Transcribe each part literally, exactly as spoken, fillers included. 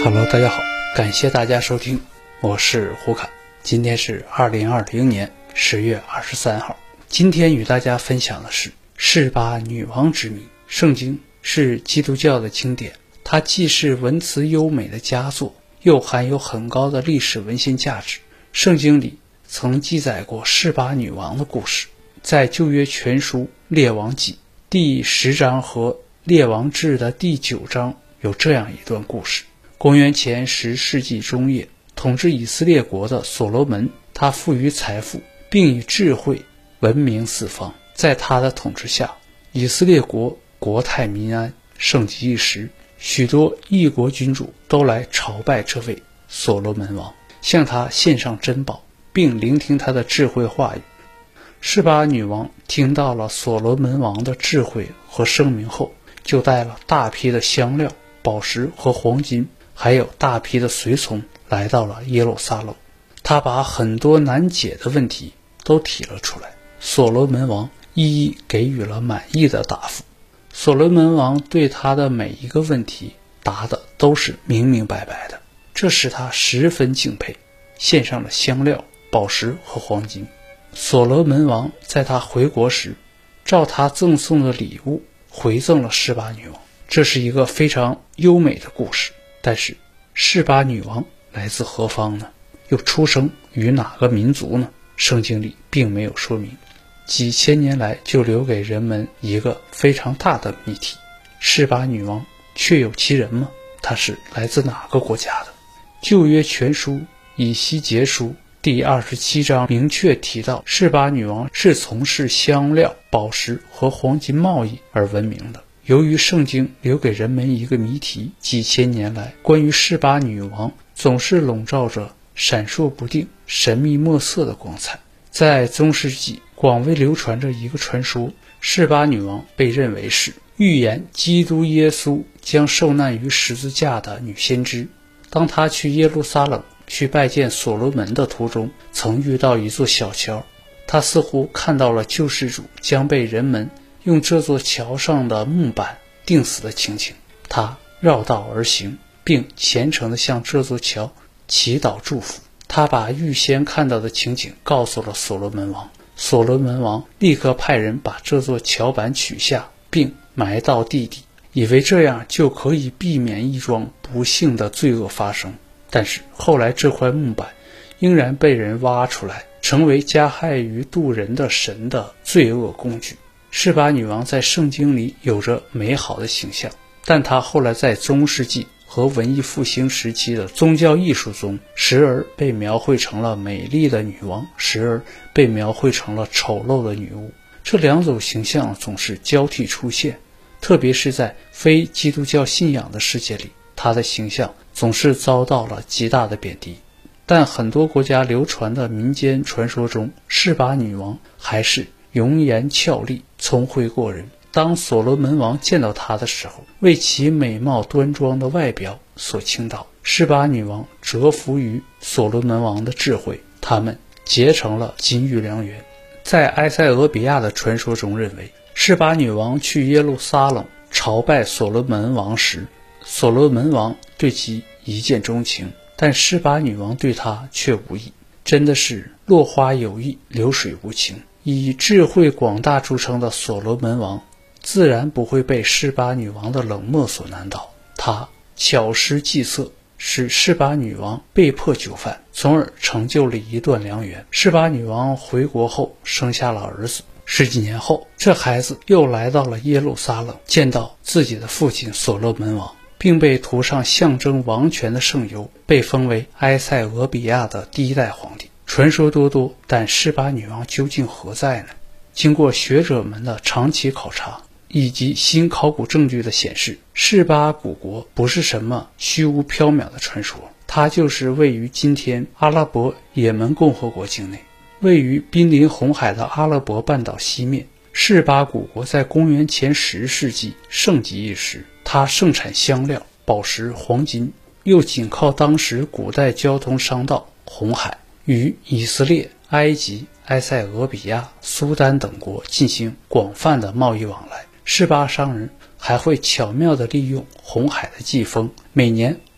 Hello， 大家好，感谢大家收听，我是胡侃。今天是二零二零年十月二十三号。今天与大家分享的是示巴女王之谜。圣经是基督教的经典，它既是文辞优美的佳作，又含有很高的历史文献价值。圣经里曾记载过示巴女王的故事，在旧约全书列王纪第十章和列王志的第九章有这样一段故事。公元前十世纪中叶，统治以色列国的所罗门，他富于财富，并以智慧闻名四方。在他的统治下，以色列国国泰民安，盛极一时。许多异国君主都来朝拜这位所罗门王，向他献上珍宝，并聆听他的智慧话语。示巴女王听到了所罗门王的智慧和声明后，就带了大批的香料、宝石和黄金，还有大批的随从来到了耶路撒冷。他把很多难解的问题都提了出来，所罗门王一一给予了满意的答复。所罗门王对他的每一个问题答的都是明明白白的，这使他十分敬佩，献上了香料、宝石和黄金。所罗门王在他回国时，照他赠送的礼物回赠了示巴女王。这是一个非常优美的故事，但是示巴女王来自何方呢？又出生于哪个民族呢？圣经里并没有说明，几千年来就留给人们一个非常大的谜题。示巴女王确有其人吗？她是来自哪个国家的？旧约全书以西结书第二十七章明确提到，示巴女王是从事香料、宝石和黄金贸易而闻名的。由于圣经留给人们一个谜题，几千年来关于示巴女王总是笼罩着闪烁不定、神秘莫测的光彩。在中世纪广为流传着一个传说，示巴女王被认为是预言基督耶稣将受难于十字架的女先知。当她去耶路撒冷去拜见所罗门的途中，曾遇到一座小桥，她似乎看到了救世主将被人们用这座桥上的木板钉死的情景。她绕道而行，并虔诚地向这座桥祈祷祝福。他把预先看到的情景告诉了所罗门王，所罗门王立刻派人把这座桥板取下，并埋到地底，以为这样就可以避免一桩不幸的罪恶发生。但是后来这块木板仍然被人挖出来，成为加害于渡人的神的罪恶工具。示巴女王在圣经里有着美好的形象，但她后来在中世纪和文艺复兴时期的宗教艺术中，时而被描绘成了美丽的女王，时而被描绘成了丑陋的女巫。这两种形象总是交替出现，特别是在非基督教信仰的世界里，她的形象总是遭到了极大的贬低。但很多国家流传的民间传说中，示巴女王还是容颜俏丽，聪慧过人。当所罗门王见到她的时候，为其美貌端庄的外表所倾倒。示巴女王折服于所罗门王的智慧，他们结成了金玉良缘。在埃塞俄比亚的传说中认为，示巴女王去耶路撒冷朝拜所罗门王时，所罗门王对其一见钟情，但示巴女王对他却无意。真的是落花有意，流水无情。以智慧广大著称的所罗门王自然不会被示巴女王的冷漠所难倒，他巧施计策，使示巴女王被迫就范，从而成就了一段良缘。示巴女王回国后生下了儿子，十几年后，这孩子又来到了耶路撒冷，见到自己的父亲所罗门王，并被涂上象征王权的圣油，被封为埃塞俄比亚的第一代皇帝。传说多多，但示巴女王究竟何在呢？经过学者们的长期考察以及新考古证据的显示，示巴古国不是什么虚无缥缈的传说，它就是位于今天阿拉伯也门共和国境内，位于濒临红海的阿拉伯半岛西面。示巴古国在公元前十世纪盛极一时，它盛产香料、宝石、黄金，又紧靠当时古代交通商道红海，与以色列、埃及、埃塞俄比亚、苏丹等国进行广泛的贸易往来。示巴商人还会巧妙地利用红海的季风，每年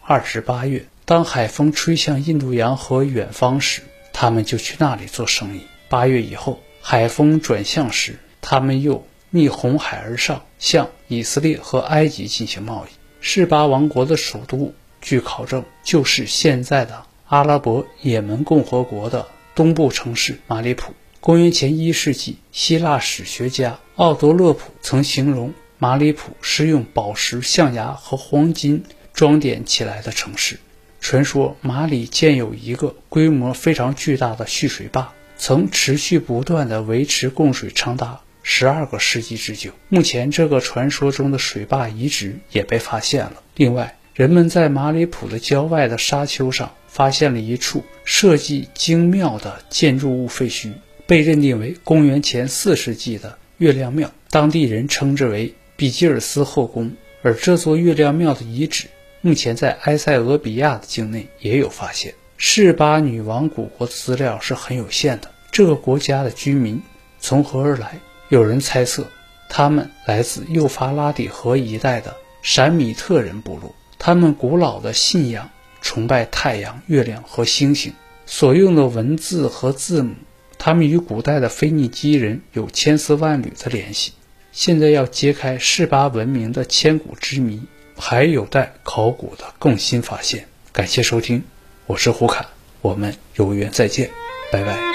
二至八月，当海风吹向印度洋和远方时，他们就去那里做生意。八月以后，海风转向时，他们又逆红海而上，向以色列和埃及进行贸易。示巴王国的首都，据考证就是现在的阿拉伯也门共和国的东部城市马里普。公元前一世纪，希腊史学家奥多勒普曾形容马里普是用宝石、象牙和黄金装点起来的城市。传说马里建有一个规模非常巨大的蓄水坝，曾持续不断地维持供水长达十二个世纪之久。目前这个传说中的水坝遗址也被发现了。另外，人们在马里普的郊外的沙丘上发现了一处设计精妙的建筑物废墟，被认定为公元前四世纪的月亮庙，当地人称之为比基尔斯后宫。而这座月亮庙的遗址目前在埃塞俄比亚的境内也有发现。示巴女王古国的资料是很有限的，这个国家的居民从何而来？有人猜测他们来自幼发拉底河一带的闪米特人部落，他们古老的信仰崇拜太阳、月亮和星星，所用的文字和字母，他们与古代的腓尼基人有千丝万缕的联系。现在要揭开示巴文明的千古之谜，还有待考古的更新发现。感谢收听，我是胡侃，我们有缘再见，拜拜。